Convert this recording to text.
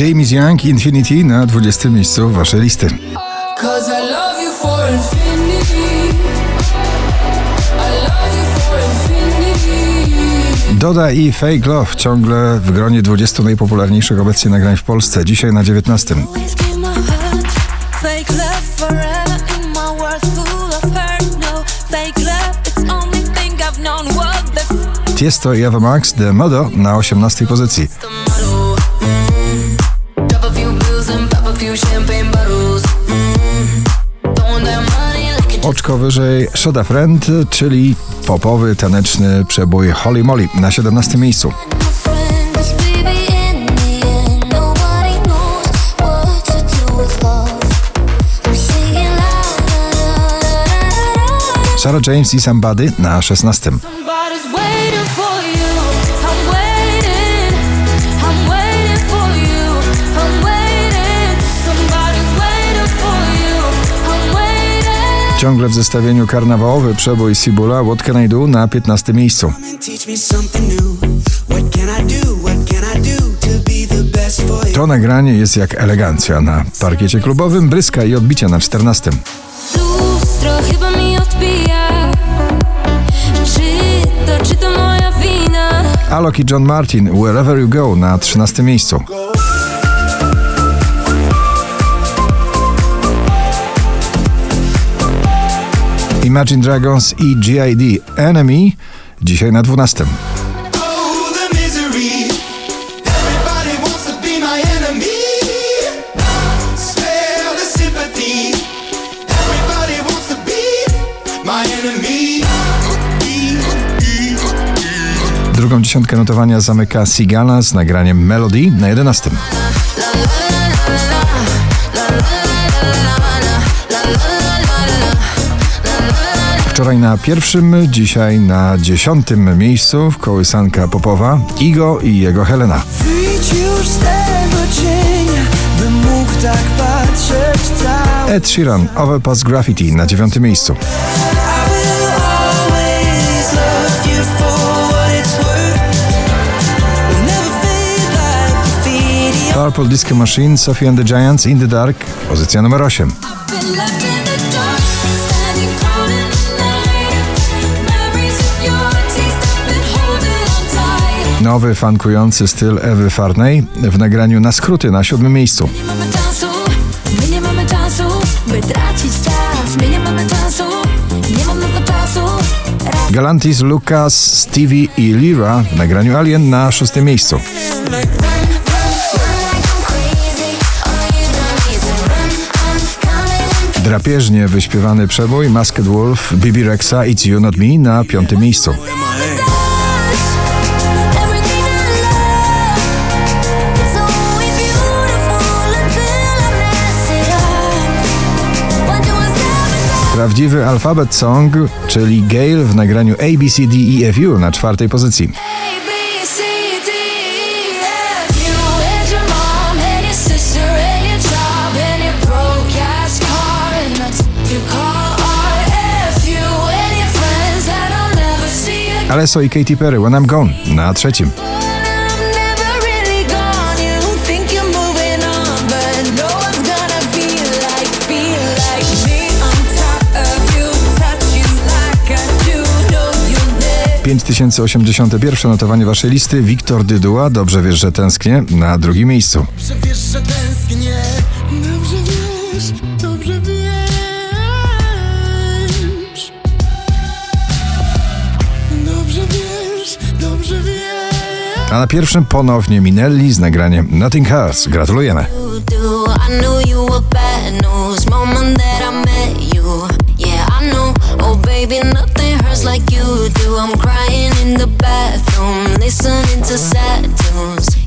James Young, Infinity na 20. miejscu waszej listy. Doda i Fake Love ciągle w gronie 20 najpopularniejszych obecnie nagrań w Polsce. Dzisiaj na 19. Tiesto i Ava Max, The Modo na 18 pozycji. Oczko wyżej Shoda Friend, czyli popowy, taneczny przebój Holy Moly na 17 miejscu. Sarah James i Somebody na 16. Ciągle w zestawieniu karnawałowy przebój Sibula What Can I Do na 15 miejscu. To nagranie jest jak elegancja na parkiecie klubowym, bryska i odbicia na 14. Lustro chyba mi odbija. Czy to moja wina? Alok i John Martin Wherever You Go na 13 miejscu. Imagine Dragons i G.I.D. Enemy dzisiaj na 12. Drugą dziesiątkę notowania zamyka Sigala z nagraniem Melody na 11. Wczoraj na pierwszym, dzisiaj na 10. miejscu kołysanka popowa Igo i jego Helena. Wyjdź już z tego cienia, bym mógł tak patrzeć cały. Ed Sheeran Overpass Graffiti na 9. miejscu. Purple Disco Machine Sophie and the Giants In the Dark pozycja numer 8. Nowy, funkujący styl Ewy Farnej w nagraniu Na skróty na 7. miejscu. My nie mamy czasu, by tracić czas. My nie mamy czasu, nie mam na to czasu. Galantis, Lucas, Stevie i Lyra w nagraniu Alien na 6. miejscu. Drapieżnie wyśpiewany przebój Masked Wolf, Bibi Rexa It's You Not Me na 5. miejscu. Prawdziwy alfabet song, czyli Gale w nagraniu ABCDEFU na 4. pozycji. Alesso i Katy Perry When I'm Gone na 3. Pięć 5081 notowanie waszej listy. Wiktor Dyduła Dobrze wiesz, że tęsknię na 2. miejscu. Dobrze wiesz, że tęsknię. Dobrze wiesz, dobrze wiesz. Dobrze wiesz, dobrze wiesz. A na pierwszym ponownie Minelli z nagraniem Nothing Hurts. Gratulujemy. Like you do, I'm crying in the bathroom, listening to sad tunes.